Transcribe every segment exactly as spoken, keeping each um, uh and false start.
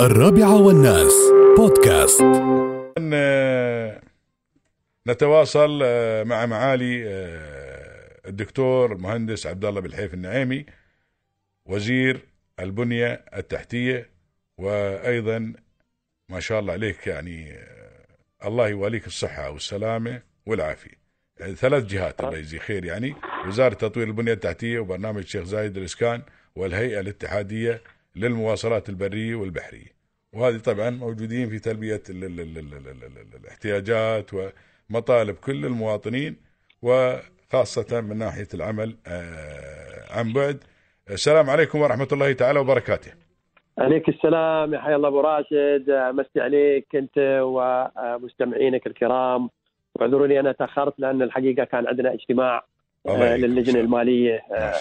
الرابعة والناس بودكاست. نتواصل مع معالي الدكتور المهندس عبد الله بالحيف النعيمي وزير البنية التحتية، وأيضا ما شاء الله عليك يعني الله يواليك الصحة والسلامة والعافية، يعني ثلاث جهات الله يجزي خير، يعني وزارة تطوير البنية التحتية وبرنامج الشيخ زايد للإسكان والهيئة الاتحادية للمواصلات البرية والبحرية، وهذه طبعا موجودين في تلبية ال ال ال ال ال ال الاحتياجات ومطالب كل المواطنين، وخاصة من ناحية العمل عن بعد. السلام عليكم ورحمة الله تعالى وبركاته. عليك السلام يا حي الله أبو راشد، مسي عليك أنت ومستمعينك الكرام، واعذروني أنا تأخرت لأن الحقيقة كان عندنا اجتماع للجنة المالية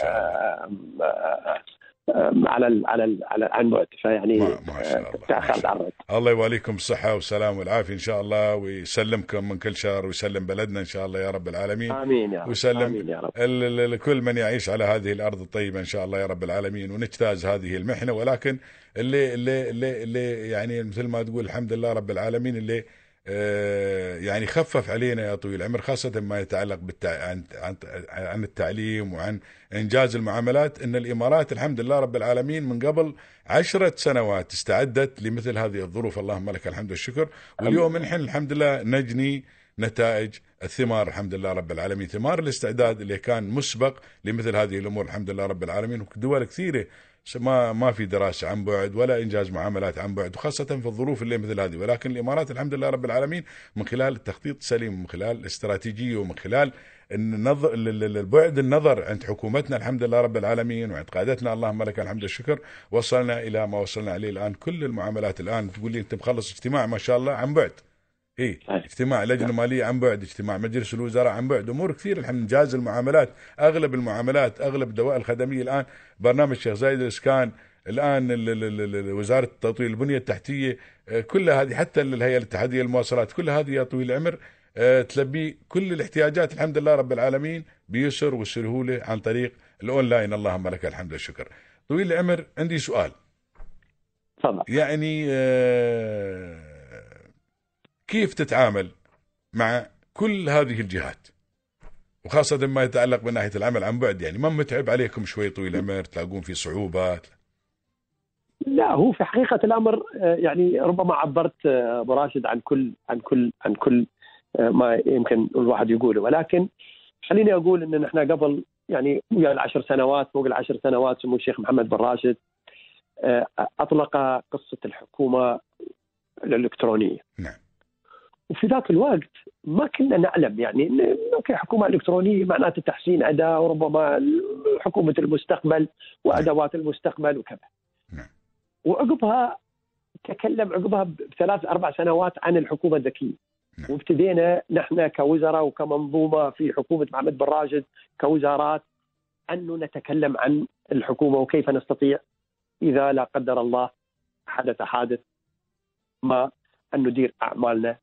على ال على ال على عن بعد، فيعني ما ما شاء الله تأخرت عن بعد. الله يواليكم الصحة والسلام والعافية إن شاء الله، ويسلمكم من كل شر، ويسلم بلدنا إن شاء الله يا رب العالمين. آمين يا رب. ويسلم آمين يا رب. لكل من يعيش على هذه الأرض الطيبة إن شاء الله يا رب العالمين، ونجتاز هذه المحنة. ولكن اللي اللي اللي, اللي يعني مثل ما تقول الحمد لله رب العالمين اللي آه يعني خفف علينا يا طويل العمر، خاصة ما يتعلق بالتع... عن... عن عن التعليم وعن إنجاز المعاملات، إن الإمارات الحمد لله رب العالمين من قبل عشرة سنوات استعدت لمثل هذه الظروف، اللهم لك الحمد والشكر. واليوم نحن الحمد لله نجني نتائج الثمار الحمد لله رب العالمين، ثمار الاستعداد اللي كان مسبق لمثل هذه الأمور الحمد لله رب العالمين. ودول كثيرة ما ما في دراسة عن بعد ولا إنجاز معاملات عن بعد، وخاصة في الظروف اللي مثل هذه. ولكن الإمارات الحمد لله رب العالمين من خلال التخطيط السليم ومن خلال الاستراتيجية ومن خلال النظر البعد النظر عند حكومتنا الحمد لله رب العالمين وعند قادتنا اللهم لك الحمد والشكر، وصلنا إلى ما وصلنا عليه الآن. كل المعاملات الآن تقول لي أنت مخلص اجتماع ما شاء الله عن بعد، إيه اجتماع لجنة مالية عن بعد، اجتماع مجلس الوزراء عن بعد، أمور كثير الحمد لله. إنجاز المعاملات، أغلب المعاملات أغلب الدوائر الخدمية الآن، برنامج الشيخ زايد للإسكان الآن، وزارة تطوير البنية التحتية، كل هذه حتى الهيئة الاتحادية للمواصلات، كل هذه يا طويل العمر تلبي كل الاحتياجات الحمد لله رب العالمين بيسر وسهولة عن طريق الأونلاين اللهم لك الحمد والشكر. طويل العمر عندي سؤال. تفضل. يعني آه كيف تتعامل مع كل هذه الجهات، وخاصة ما يتعلق من ناحية العمل عن بعد؟ يعني ما متعب عليكم شوي طويل العمر؟ تلاقون في صعوبات؟ لا، هو في حقيقة الأمر يعني ربما عبرت أبو راشد عن كل عن كل عن كل ما يمكن الواحد يقوله، ولكن خليني أقول إن نحن قبل يعني العشر سنوات فوق العشر سنوات سمو الشيخ محمد بن راشد أطلق قصة الحكومة الإلكترونية. نعم. وفي ذاك الوقت ما كنا نعلم يعني إن أوكي حكومة إلكترونية معناته تحسين أداء وربما حكومة المستقبل وأدوات المستقبل وكذا. نعم. وعقبها تكلم عقبها بثلاث أربع سنوات عن الحكومة الذكية. نعم. وابتدينا نحن كوزراء وكمنظومة في حكومة محمد بن راشد كوزارات أنه نتكلم عن الحكومة وكيف نستطيع إذا لا قدر الله حدث حادث ما أن ندير أعمالنا.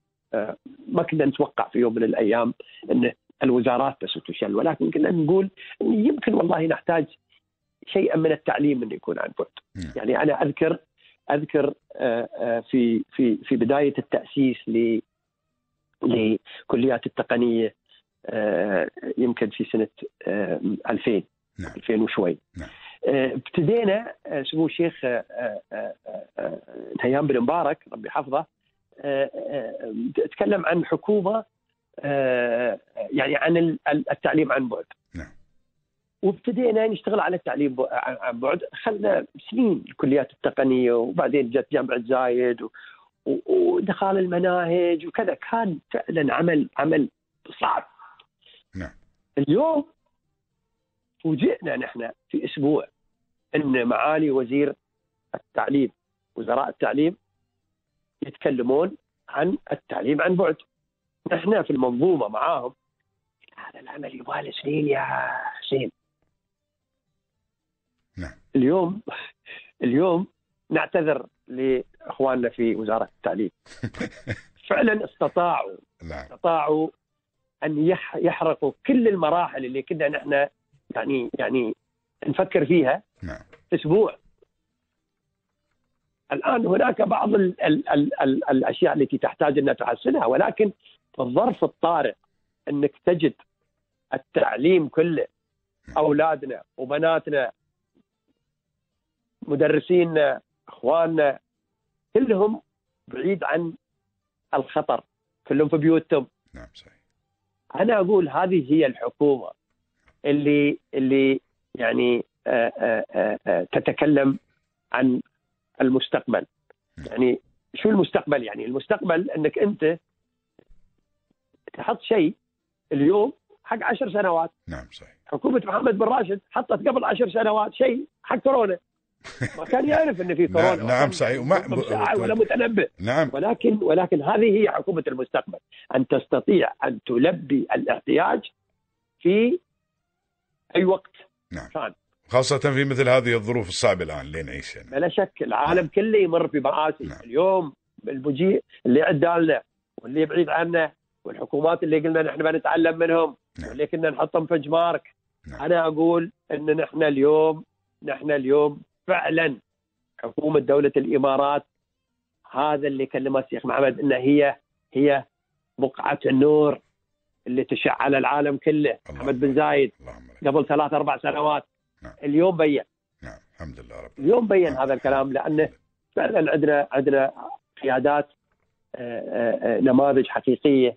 ما كنا نتوقع في يوم من الأيام أن الوزارات بس تشل، ولكن كنا نقول أن يمكن والله نحتاج شيئا من التعليم أن يكون عن بعد. يعني أنا أذكر أذكر في في في بداية التأسيس ل لكليات التقنية يمكن في سنة ألفين. نعم. ألفين وشوي. نعم. ابتدينا سمو الشيخ هيام بن مبارك ربي حفظه تكلم عن حكومة يعني عن التعليم عن بعد. نعم. وابتدينا نشتغل على التعليم عن بعد، خلنا سنين الكليات التقنية وبعدين جت جامعة زايد ودخال المناهج وكذا، كان فعلا عمل عمل صعب. نعم. اليوم فوجئنا نحن في أسبوع أن معالي وزير التعليم وزراء التعليم يتكلمون عن التعليم عن بعد. نحن في المنظومة معاهم هذا العمل يبغى سنين يا حسين. نعم. اليوم اليوم نعتذر لإخواننا في وزارة التعليم. فعلا استطاعوا نعم. استطاعوا أن يحرقوا كل المراحل اللي كنا نحن يعني يعني نفكر فيها. نعم. أسبوع. الآن هناك بعض ال ال ال ال الأشياء التي تحتاج أن تحسنها، ولكن في الظرف الطارئ أنك تجد التعليم كله، أولادنا وبناتنا، مدرسينا، إخواننا، كلهم بعيد عن الخطر، كلهم في بيوتهم. نعم صحيح. أنا أقول هذه هي الحكومة اللي اللي يعني آآ آآ تتكلم عن المستقبل. يعني شو المستقبل؟ يعني المستقبل أنك أنت تحط شيء اليوم حق عشر سنوات. نعم صحيح. حكومة محمد بن راشد حطت قبل عشر سنوات شيء حق كورونا، ما كان يعرف ان في كورونا. نعم, نعم صحيح. وما ولا متنبئ. نعم. ولكن ولكن هذه هي حكومة المستقبل، ان تستطيع ان تلبي الاحتياج في اي وقت. نعم. كان خاصة في مثل هذه الظروف الصعبة الآن اللي نعيشها. بلا شك العالم نعم. كله يمر بمآسي. نعم. اليوم المجيء اللي عدالنا واللي بعيد عنا، والحكومات اللي قلنا نحن بنتعلم منهم، نعم. واللي كنا نحطهم في جمارك. نعم. أنا أقول أن نحن اليوم نحن اليوم فعلا حكومة دولة الإمارات، هذا اللي كلمه الشيخ محمد، أن هي هي بقعة النور اللي تشعل العالم كله. محمد بن زايد قبل ثلاث أربع سنوات. نعم. اليوم بين. نعم الحمد لله رب. اليوم بين نعم. هذا الكلام، لأنه فعلا عندنا عندنا قيادات، نماذج حقيقية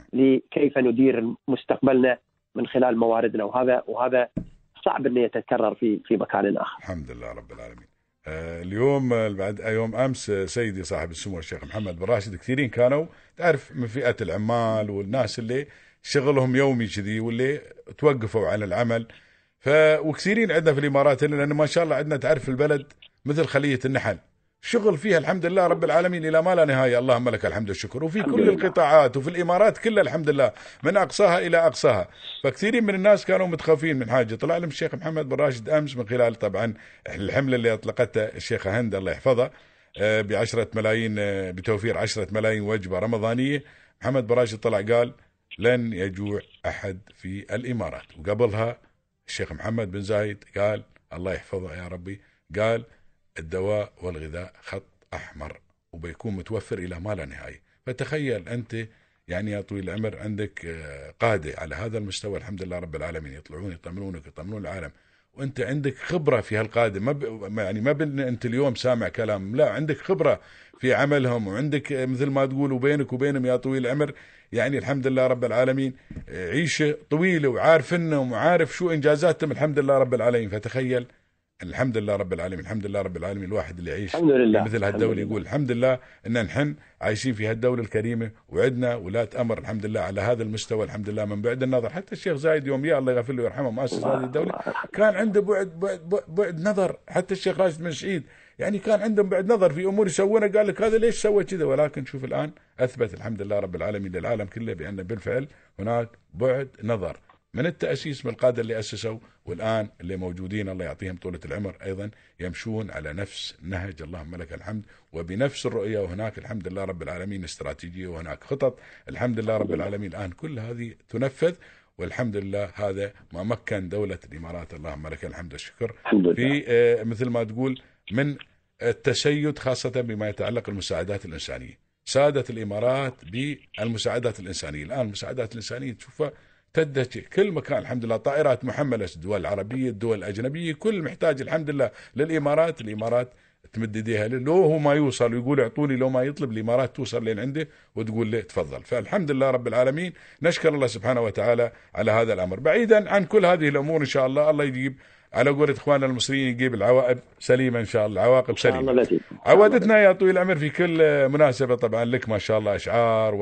لكيف ندير مستقبلنا من خلال مواردنا، وهذا وهذا صعب انه يتكرر في في مكان اخر. الحمد لله رب العالمين. آه اليوم بعد يوم امس سيدي صاحب السمو الشيخ محمد بن راشد كثيرين كانوا تعرف من فئة العمال والناس اللي شغلهم يومي كذي واللي توقفوا على العمل، ف وكثيرين عندنا في الامارات، لان ما شاء الله عندنا تعرف البلد مثل خلية النحل، شغل فيها الحمد لله رب العالمين إلى ما لا نهاية، اللهم لك الحمد والشكر، وفي كل القطاعات وفي الإمارات كلها الحمد لله من أقصاها إلى أقصاها. فكثيرين من الناس كانوا متخوفين من حاجة. طلع لهم الشيخ محمد بن راشد أمس من خلال طبعا الحملة اللي أطلقتها الشيخة هند الله يحفظها بعشرة ملايين، بتوفير عشرة ملايين وجبة رمضانية. محمد بن راشد طلع قال لن يجوع أحد في الإمارات، وقبلها الشيخ محمد بن زايد قال الله يحفظه يا ربي، قال الدواء والغذاء خط أحمر وبيكون متوفر إلى ما لا نهاية. فتخيل أنت يعني يا طويل العمر عندك قادة على هذا المستوى الحمد لله رب العالمين، يطلعون يطمنونك يطمنون العالم، وأنت عندك خبرة في هالقادة، ما ب... يعني ما بن أنت اليوم سامع كلام، لا عندك خبرة في عملهم، وعندك مثل ما تقول وبينك وبينهم يا طويل العمر يعني الحمد لله رب العالمين عيشة طويلة، وعارف إنهم وعارف شو إنجازاتهم الحمد لله رب العالمين. فتخيل الحمد لله رب العالمين، الحمد لله رب العالمين، الواحد اللي يعيش في مثل هالدولة يقول الحمد لله ان نحن عايشين في هالدولة الكريمة، وعدنا ولاة امر الحمد لله على هذا المستوى الحمد لله من بعد النظر. حتى الشيخ زايد يوم يا الله يغفر له ويرحمه مؤسس هذه الدولة كان عنده بعد بعد, بعد, بعد نظر. حتى الشيخ راشد بن سعيد يعني كان عندهم بعد نظر في امور يسوونها، قال لك هذا ليش سوى كذا، ولكن شوف الان اثبت الحمد لله رب العالمين للعالم كله بان بالفعل هناك بعد نظر من التأسيس من القادة اللي أسسوا، والآن اللي موجودين الله يعطيهم طولة العمر أيضا يمشون على نفس نهج اللهم لك الحمد وبنفس الرؤية. وهناك الحمد لله رب العالمين استراتيجية، وهناك خطط الحمد لله رب العالمين الآن كل هذه تنفذ، والحمد لله هذا ما مكن دولة الإمارات اللهم لك الحمد والشكر في آه مثل ما تقول من التسيد، خاصة بما يتعلق المساعدات الإنسانية. سادت الإمارات بالمساعدات الإنسانية. الآن المساعدات الإنسانية تشوفها تدهش كل مكان الحمد لله، طائرات محملة، الدول العربية الدول الأجنبية كل محتاج الحمد لله للإمارات. الإمارات تمد ايديها له، لو هو ما يوصل ويقول اعطوني، لو ما يطلب الإمارات توصل لين عنده وتقول له تفضل. فالحمد لله رب العالمين، نشكر الله سبحانه وتعالى على هذا الأمر. بعيدا عن كل هذه الأمور إن شاء الله الله يجيب على قولة إخواننا المصريين يجيب العواقب سليمة إن شاء الله، عواقب سليمة. عودتنا يا طويل العمر في كل مناسبة طبعا لك ما شاء الله أشعار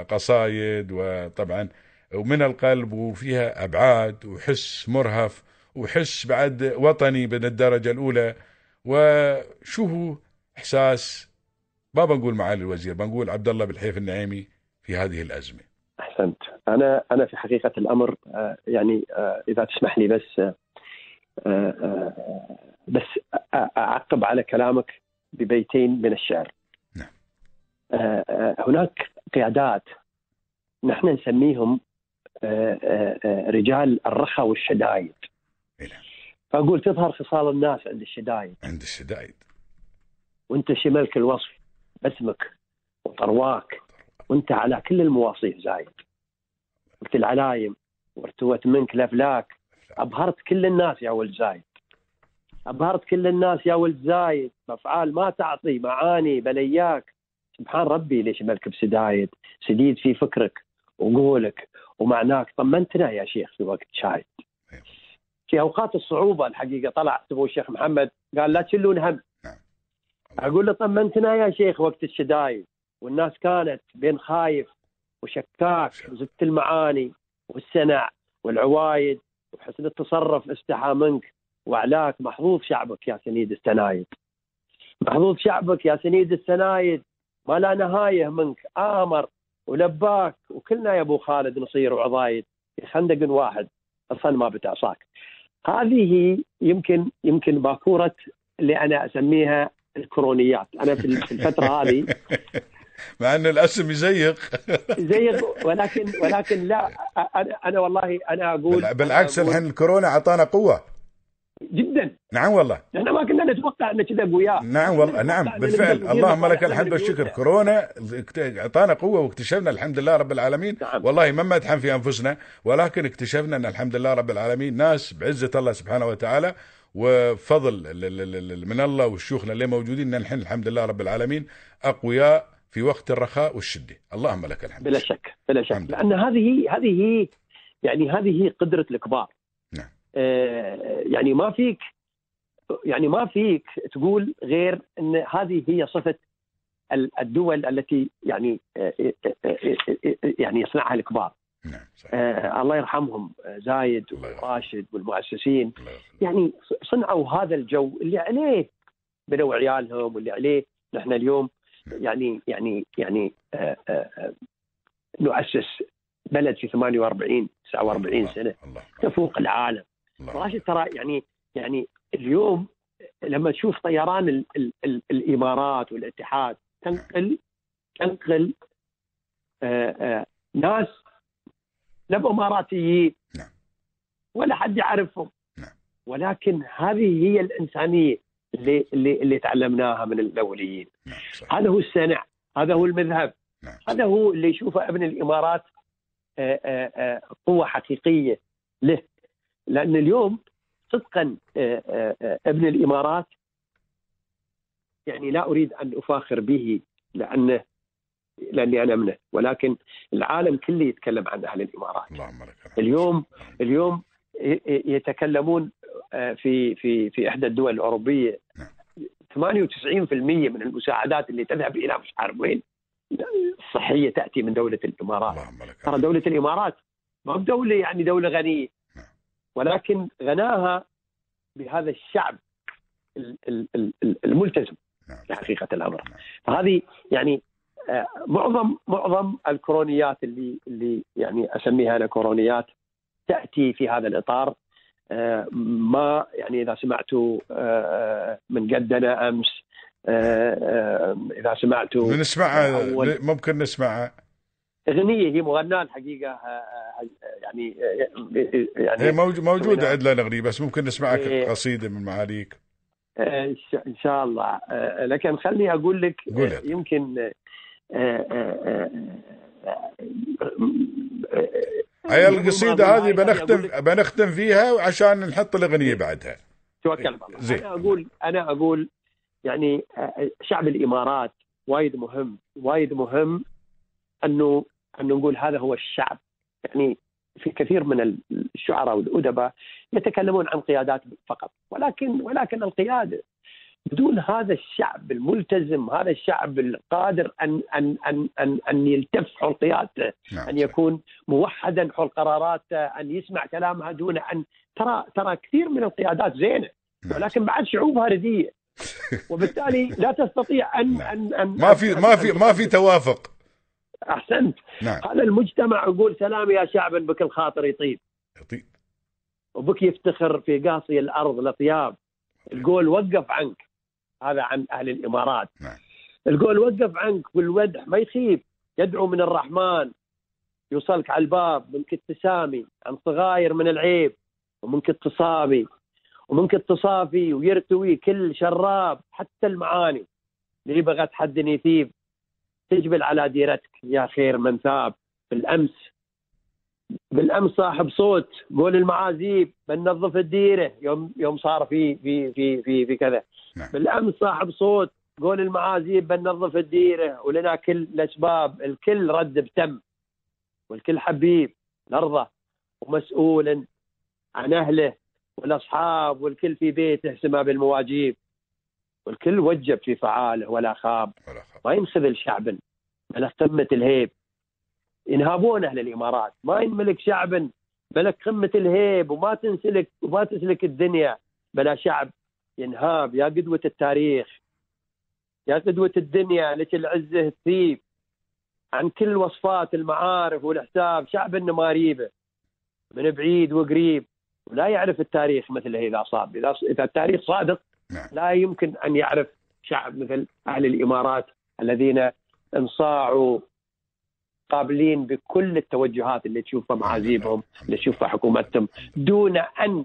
وقصايد، وطبعا ومن القلب، وفيها أبعاد وحس مرهف وحس بعد وطني من الدرجة الأولى. وشو هو إحساس ما بنقول معالي الوزير، بنقول عبد الله بالحيف النعيمي في هذه الأزمة؟ أحسنت. أنا أنا في حقيقة الأمر يعني إذا تسمح لي بس بس أعقب على كلامك ببيتين من الشعر. نعم. هناك قيادات نحن نسميهم رجال الرخاء والشدائد. نعم. فأقول تظهر خصال الناس عند الشدائد. عند الشدائد. وانت شملك الوصف باسمك وطرواك، وانت على كل المواصيف زايد. وقت العلايم وارتوت منك الافلاك، ابهرت كل الناس يا ولد زايد، ابهرت كل الناس يا ولد زايد، بافعال ما تعطي معاني بلياك. سبحان ربي ليش ملك بسدايد، سديد في فكرك وقولك ومعناك. طمنتنا يا شيخ في وقت شايد، في اوقات الصعوبه الحقيقه طلع سمو الشيخ محمد قال لا تشلون هم. اقول له طمنتنا يا شيخ وقت الشدايد، والناس كانت بين خايف وشكاك، وزدت المعاني والسنع والعوايد وحسن التصرف استحى منك وعلاك. محظوظ شعبك يا سنيد السنايد، محظوظ شعبك يا سنيد السنايد، ما لا نهايه منك آمر ولباك. وكلنا يا ابو خالد نصير وعضايد في خندق واحد اصلا ما بتعصاك. هذه يمكن يمكن باكوره اللي انا اسميها الكرونيات. انا في الفتره هذه مع ان الاسم يزيق يزيق، ولكن ولكن لا، انا انا والله انا اقول بالعكس، الحين الكورونا اعطانا قوه جدا. نعم والله، احنا ما كنا نتوقع ان كذا قوياه. نعم والله، نعم بالفعل، اللهم لك الحمد والشكر. كورونا اعطانا قوه واكتشفنا الحمد لله رب العالمين. نعم. والله ما مدحن في انفسنا، ولكن اكتشفنا ان الحمد لله رب العالمين ناس بعزه الله سبحانه وتعالى وفضل من الله وشيوخنا اللي موجودين، ان الحين الحمد لله رب العالمين اقوياء في وقت الرخاء والشده. اللهم لك الحمد. بلا شك بلا شك، لان هذه هذه يعني هذه قدره الكبار. نعم. آه يعني ما فيك يعني ما فيك تقول غير ان هذه هي صفه الدول التي يعني يعني يصنعها الكبار. نعم صحيح. آه الله يرحمهم زايد وراشد والمؤسسين، يعني صنعوا هذا الجو اللي عليه بنوا عيالهم واللي عليه نحن اليوم يعني يعني يعني آه آه نؤسس بلد في ثمانية وأربعين تسعة وأربعين سنه تفوق العالم. راشد ترى يعني يعني اليوم لما تشوف طيران ال ال ال الامارات والاتحاد تنقل تنقل آآ آآ ناس لا اماراتيين ولا حد يعرفهم، ولكن هذه هي الانسانيه اللي اللي اللي تعلمناها من الاوليين. هذا هو السنع، هذا هو المذهب، هذا هو اللي يشوفه ابن الامارات آآ آآ قوه حقيقيه له. لان اليوم صدقا ابن الامارات يعني لا اريد ان افاخر به لانه لاني انا منه، ولكن العالم كله يتكلم عن اهل الامارات. اليوم اليوم يتكلمون في في في احدى الدول الاوروبيه ثمانية وتسعين بالمئة من المساعدات اللي تذهب الى مش عارف وين الصحيه تاتي من دوله الامارات. ترى دوله الامارات ما هو دوله يعني دوله غنيه، ولكن غناها بهذا الشعب الملتزم في حقيقة الأمر. فهذه يعني معظم معظم الكورونيات اللي اللي يعني أسميها أنا كورونيات تأتي في هذا الإطار. ما يعني إذا سمعتوا من قدنا أمس، إذا سمعتوا نسمعها ممكن نسمعها أغنية هي مغناة الحقيقة يعني يعني هي موجودة عندنا أغنية، بس ممكن نسمعك قصيدة من معاليك إن شاء الله. لكن خلني أقول لك يمكن هي القصيدة هذه بنختم بنختم فيها عشان نحط الأغنية بعدها. توكل على الله. أنا أقول أنا أقول يعني شعب الإمارات وايد مهم وايد مهم أنه أنه نقول هذا هو الشعب. يعني في كثير من الشعراء والأدباء يتكلمون عن قيادات فقط، ولكن ولكن القيادة بدون هذا الشعب الملتزم، هذا الشعب القادر أن أن أن أن, أن يلتف حول قيادته، أن يكون موحدا حول قراراته، أن يسمع كلامها دون أن ترى ترى كثير من القيادات زينة ولكن بعد شعوبها رديئة، وبالتالي لا تستطيع أن أن, أن ما في ما في ما في توافق. أحسنت. نعم. هذا المجتمع يقول سلام يا شعب بك الخاطر يطيب يطيب وبك يفتخر في قاصي الأرض الأطياب. القول وقف عنك، هذا عن أهل الإمارات. نعم. القول وقف عنك والودح ما يخيب، يدعو من الرحمن يوصلك على الباب، منك التسامي عن صغاير من العيب، ومنك التصابي ومنك التصافي ويرتوي كل شراب حتى المعاني. لي بغت حد يثيب تجبل على ديرتك يا خير من ثاب. بالأمس بالأمس صاحب صوت قول المعازيب بننظف الديرة يوم يوم صار في في في في, في كذا. نعم. بالأمس صاحب صوت قول المعازيب بننظف الديرة ولنا كل الأسباب الكل رد بتم والكل حبيب الأرض ومسؤول عن أهله والأصحاب والكل في بيته سما بالمواجيب والكل وجب في فعاله ولا خاب ما ينخذل شعب بل قمة الهيب ينهابون أهل الإمارات ما ينملك شعب بلك قمة الهيب وما تنسلك وما تسلك الدنيا بلا شعب ينهاب. يا قدوة التاريخ يا قدوة الدنيا لك العزة الثيب عن كل وصفات المعارف والحساب شعب النماريبه من بعيد وقريب ولا يعرف التاريخ مثل إذا صاب. إذا التاريخ صادق لا يمكن أن يعرف شعب مثل أهل الإمارات الذين انصاعوا قابلين بكل التوجهات اللي تشوفها معازيبهم اللي تشوفها حكومتهم دون أن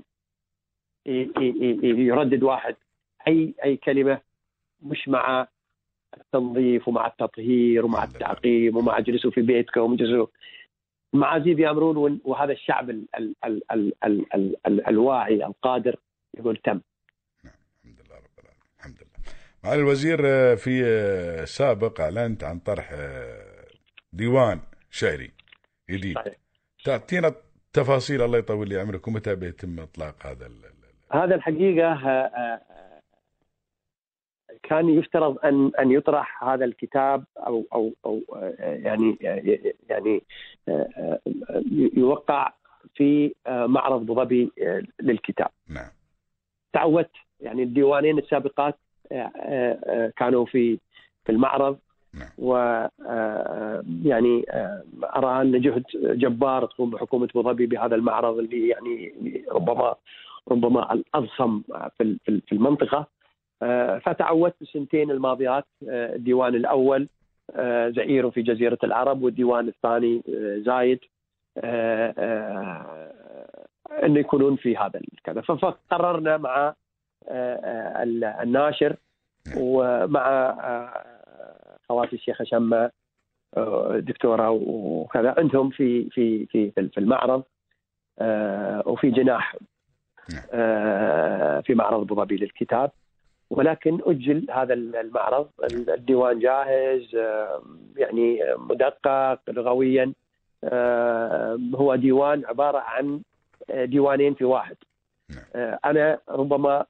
يردد واحد أي أي كلمة مش مع التنظيف ومع التطهير ومع التعقيم ومع جلسوا في بيتكم وجلسوا المعازيب يأمرون. وهذا الشعب ال ال ال ال ال ال ال الواعي القادر يقول تم. الحمد لله رب العالمين. الحمد لله. معالي الوزير في سابق أعلنت عن طرح ديوان شعري جديد. تعطينا تفاصيل الله يطول لي عمرك ومتى بيتم إطلاق هذا ال هذا الحقيقة كان يفترض أن أن يطرح هذا الكتاب أو أو أو يعني يعني يوقع في معرض أبو ظبي للكتاب. نعم. تعودت يعني الديوانين السابقات كانوا في في المعرض. نعم. و يعني أرى أن جهد جبار تقوم بحكومة أبو ظبي بهذا المعرض اللي يعني ربما ربما الأضخم في في المنطقة. فتعودت السنتين الماضيات الديوان الأول زئير في جزيرة العرب والديوان الثاني زايد أن يكونون في هذا الكذا. فقررنا مع الناشر ومع خواتي الشيخة شمة دكتورة وكذا عندهم في في في في المعرض وفي جناح في معرض أبو ظبي للكتاب. ولكن أجل هذا المعرض. الديوان جاهز يعني مدقق لغويا. هو ديوان عبارة عن ديوانين في واحد. أنا ربما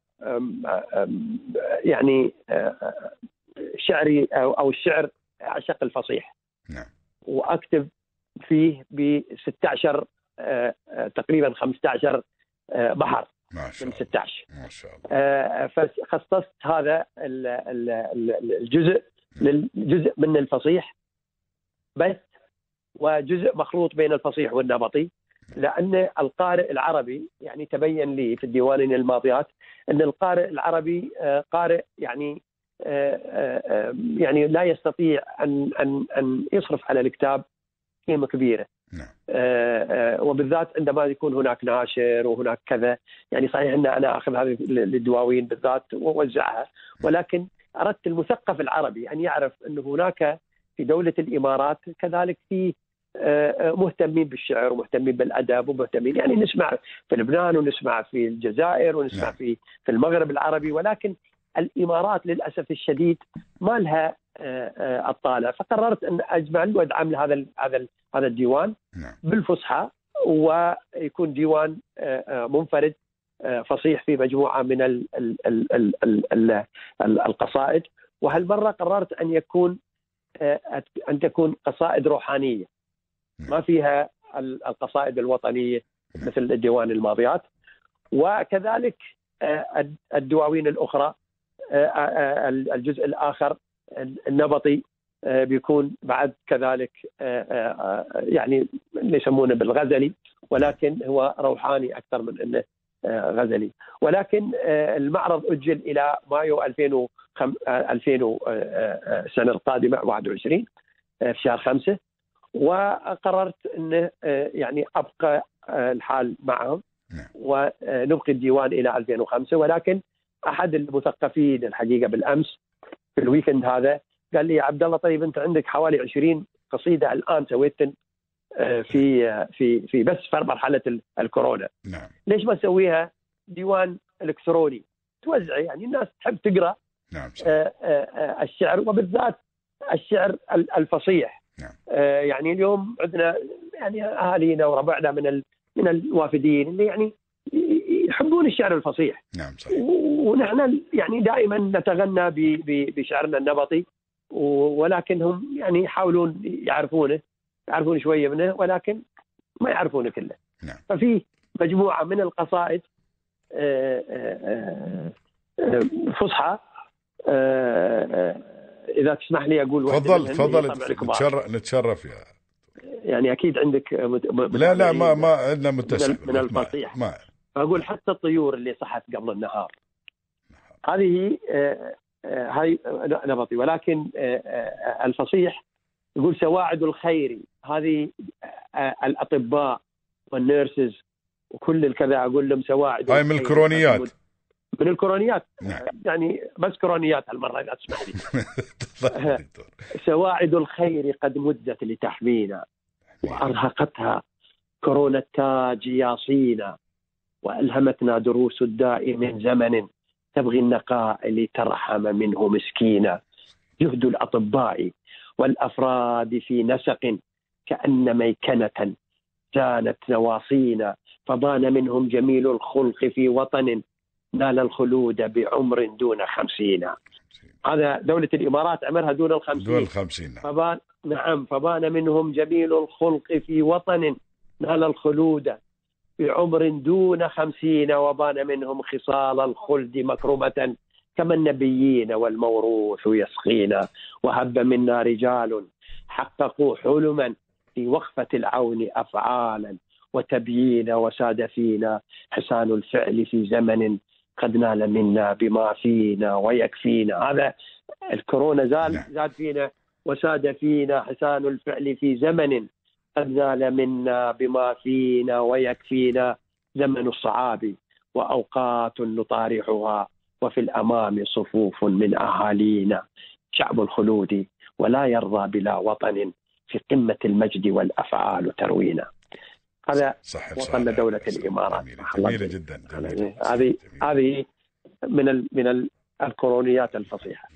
يعني شعري أو الشعر أعشق الفصيح وأكتب فيه ب ستة عشر تقريبا خمسة عشر بحر من ستة عشر. ما شاء الله. فخصصت هذا الجزء للجزء من الفصيح بس وجزء مخلوط بين الفصيح والنبطي لأن القارئ العربي يعني تبين لي في الديوانين الماضيات أن القارئ العربي قارئ يعني يعني لا يستطيع أن أن أن يصرف على الكتاب قيمة كبيرة. نعم. وبالذات عندما يكون هناك ناشر وهناك كذا يعني صحيح أن أنا أخذ هذه الدواوين بالذات ووزعها ولكن أردت المثقف العربي أن يعرف أن هناك في دولة الإمارات كذلك في مهتمين بالشعر ومهتمين بالأدب ومهتمين يعني نسمع في لبنان ونسمع في الجزائر ونسمع في في المغرب العربي ولكن الإمارات للأسف الشديد ما لها الطالع. فقررت أن أجمل وأدعم هذا هذا هذا الديوان بالفصحى ويكون ديوان منفرد فصيح في مجموعة من ال ال ال ال ال ال القصائد. وهالمرة قررت أن يكون أن تكون قصائد روحانية ما فيها القصائد الوطنية مثل الديوان الماضيات. وكذلك الدواوين الأخرى الجزء الآخر النبطي بيكون بعد كذلك يعني يسمونه بالغزلي ولكن هو روحاني أكثر من أنه غزلي. ولكن المعرض أجل إلى مايو ألفين السنة القادمة واحد وعشرين في شهر خمسة. وقررت أنه يعني أبقى الحال معهم ونبقي الديوان إلى ألفين وخمسة. ولكن أحد المثقفين الحقيقة بالأمس في الويكند هذا، قال لي يا عبد الله طيب أنت عندك حوالي عشرين قصيدة الآن سويتن في في في بس في مرحلة الكورونا. نعم. ليش ما تسويها ديوان إلكتروني توزع، يعني الناس تحب تقرأ نعم الشعر وبالذات الشعر الفصيح. نعم. يعني اليوم عندنا يعني أهالينا وربعنا من من الوافدين اللي يعني يحبون الشعر الفصيح. نعم صحيح. ونحن يعني دائما نتغنى بشعرنا النبطي، ولكنهم يعني يحاولون يعرفونه يعرفون شوية منه ولكن ما يعرفونه كله. نعم. ففي مجموعة من القصائد فصحى، إذا تسمح لي أقول تفضل تفضل نتشرف نتشرف يا يعني أكيد عندك لا لا ما ما عندنا متسع من الفصيح. ما أقول حتى الطيور اللي صحت قبل النهار هذه هاي نبطي، ولكن الفصيح يقول سواعد الخير، هذه الأطباء والنيرسز وكل الكذا أقول لهم سواعد. هاي من الكرونيات من الكرونيات. نعم. يعني بس كرونيات هالمرة إذا تسمح لي. سواعد الخير قد مدت لتحمينا وأرهقتها كورونا التاج ياصينا، وألهمتنا دروس الداء من زمن تبغي النقاء لترحم منه مسكينا. جهد الأطباء والأفراد في نسق كأن ميكنة زانت نواصينا، فبان منهم جميل الخلق في وطن نال الخلود بعمر دون خمسين. هذا دولة الإمارات عمرها دون الخمسين. دون الخمسين. فبان نعم فبان منهم جميل الخلق في وطن نال الخلود بعمر دون خمسين، وبان منهم خصال الخلد مكرمة كما النبيين والموروث يسقينا. وهب منا رجال حققوا حلما في وقفة العون أفعالا وتبيين، وساد فينا حسان الفعل في زمن قد نال منا بما فينا ويكفينا. هذا الكورونا زال زاد فينا، وساد فينا حسان الفعل في زمن قد نال منا بما فينا ويكفينا. زمن الصعاب وأوقات نطارحها وفي الأمام صفوف من أهالينا. شعب الخلود ولا يرضى بلا وطن في قمة المجد والأفعال تروينا. هذا وطن دولة الإمارات. جميلة جدا. هذه هذه من ال من ال الكورونيات الفصيحة.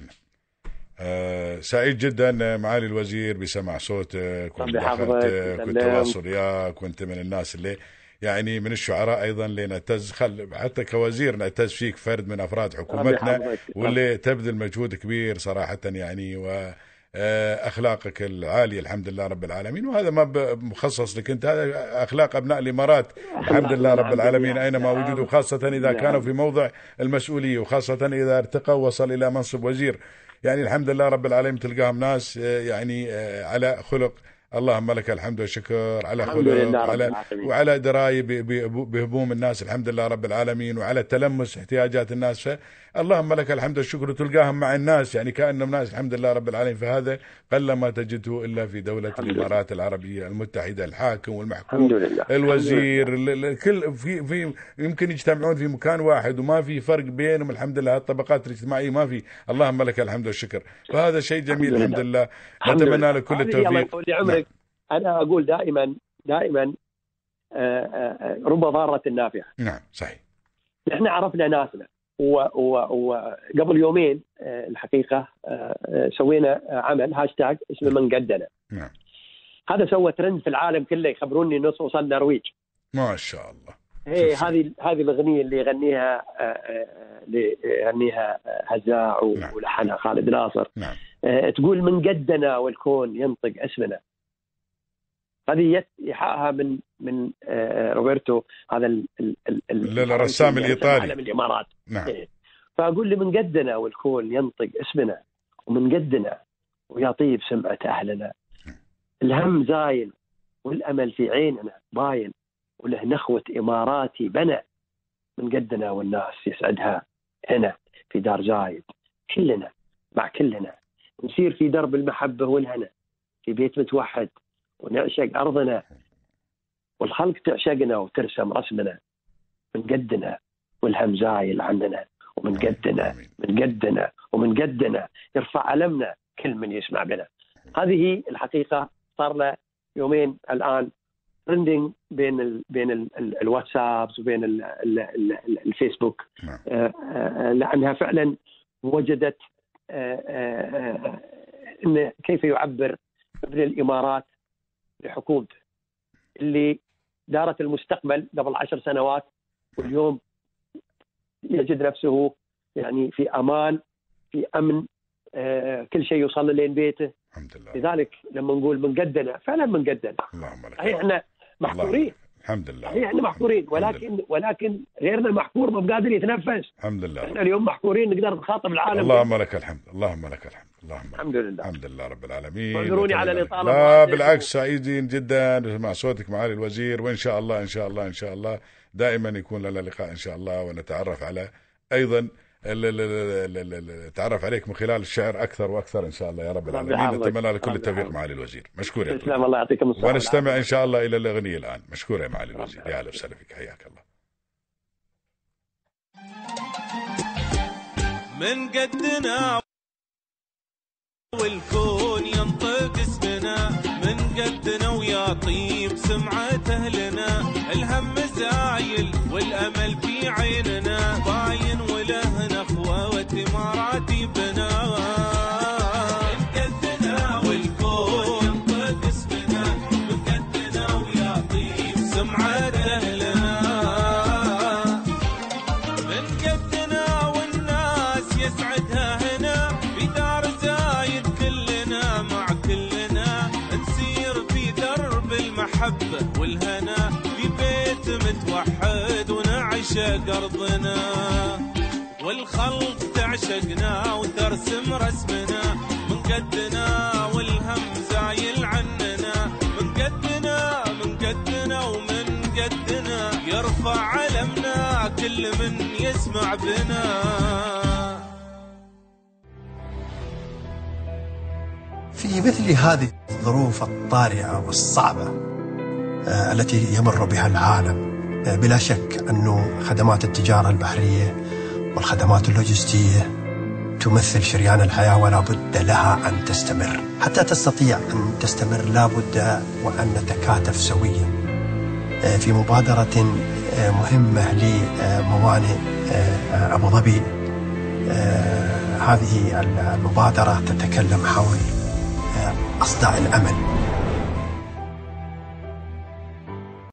أه سعيد جدا معالي الوزير بسمع صوتك ومداخلتك والتواصل وياك، وانت من الناس اللي يعني من الشعراء ايضا اللي نعتز خل حتى كوزير نعتز فيك، فرد من افراد حكومتنا واللي تبذل مجهود كبير صراحة يعني، و أخلاقك العالية الحمد لله رب العالمين. وهذا ما مخصص لك أنت، هذا أخلاق أبناء الإمارات الحمد لله رب العالمين أينما وجدوا، خاصة إذا كانوا في موضع المسؤولية، وخاصة إذا ارتقوا وصل إلى منصب وزير. يعني الحمد لله رب العالمين تلقاهم ناس يعني على خلق، اللهم لك الحمد والشكر، على خلق على وعلى دراية بهموم الناس الحمد لله رب العالمين، وعلى تلمس احتياجات الناس. اللهم لك الحمد والشكر، تلقاهم مع الناس يعني كأنهم ناس الحمد لله رب العالمين. فهذا قل ما تجده إلا في دولة الإمارات العربية المتحدة، الحاكم والمحكوم الوزير الكل في في يمكن يجتمعون في مكان واحد وما في فرق بينهم الحمد لله. الطبقات الاجتماعية ما في، اللهم لك الحمد والشكر. فهذا شيء جميل الحمد لله. نتمنى لك كل التوفيق. نعم. أنا أقول دائما دائما رب ضارة نافعة. نعم صحيح. نحن عرفنا ناسنا، وقبل يومين الحقيقة سوينا عمل هاشتاج اسمه من قدنا. نعم. هذا سوى ترند في العالم كله، يخبروني انه وصل النرويج. ما شاء الله. هي هذه هذه الأغنية اللي يغنيها اللي يغنيها هزاع ولحنها خالد ناصر. نعم. تقول من قدنا والكون ينطق اسمنا. هذه يحقها من من روبرتو، هذا الرسام الإيطالي من الإمارات. نعم. فأقول لي من قدنا والكون ينطق اسمنا، ومن قدنا ويا طيب سمعة أهلنا. الهم زاين والأمل في عيننا باين، وله نخوة إماراتي بنى. من قدنا والناس يسعدها هنا في دار زايد، كلنا مع كلنا نسير في درب المحبة والهنا، في بيت متوحد ونعشق أرضنا، والخلق تعشقنا وترسم رسمنا. من قدنا والهم زايل عننا، ومن قدنا من قدنا ومن قدنا يرفع علمنا كل من يسمع بنا. هذه الحقيقة صار له يومين الآن ترندنج بين ال بين ال ال الواتسابس وبين ال ال ال الفيسبوك، آه آه لأنها فعلا وجدت آه آه إن كيف يعبر ابن الإمارات لحكومته اللي دارت المستقبل قبل عشر سنوات، واليوم يجد نفسه يعني في أمان في أمن، آه كل شيء يوصل لين بيته. الحمد لله. لذلك لما نقول من قدنا فعلا من قدنا. اللهم لك. احنا محظورين. الحمد لله. هي احنا محظورين، ولكن ولكن غيرنا محظور ما قادر يتنفس. الحمد لله. احنا اليوم محظورين نقدر نخاطب العالم. اللهم لك الحمد، اللهم لك الحمد، اللهم الحمد لله. الحمد لله رب العالمين. اعذروني على الاطاله. لا بالعكس، سعيدين جدا نسمع صوتك معالي الوزير، وان شاء الله ان شاء الله ان شاء الله دائما يكون لنا لقاء ان شاء الله، ونتعرف على ايضا تعرف عليك من خلال الشعر أكثر وأكثر إن شاء الله يا رب العالمين. نتمنى لك كل التوفيق معالي الوزير. مشكور يا تسلم، الله يعطيكم الصحة. ونستمع إن شاء الله إلى الأغنية الآن. مشكور يا معالي الوزير، يا أهلا وسهلا فيك، حياك الله. من قدنا والكون ينطق اسمنا، من قدنا ويا طيب سمعة أهلنا، الهم زايل والأمل في عيننا، باين وله نخوة وتماراتي بنا. من قدنا والكون ينطق اسمنا، من قدنا ويا طيب سمعة أهلنا، من قدنا والناس يسعدها هنا، في دار زايد كلنا مع كلنا، نسير في درب المحبة والهنا، في بيت متوحد ونعشق أرضنا، والخلق تعشقنا وترسم رسمنا، من قدنا والهم زايل عننا، من قدنا من قدنا ومن قدنا، يرفع علمنا كل من يسمع بنا. في مثل هذه الظروف الطارئة والصعبة التي يمر بها العالم، بلا شك أن خدمات التجارة البحرية والخدمات اللوجستية تمثل شريان الحياة، ولا بد لها أن تستمر. حتى تستطيع أن تستمر لا بد وأن نتكاتف سويا في مبادرة مهمة لموانئ أبو ظبي. هذه المبادرة تتكلم حول أصداء الأمل.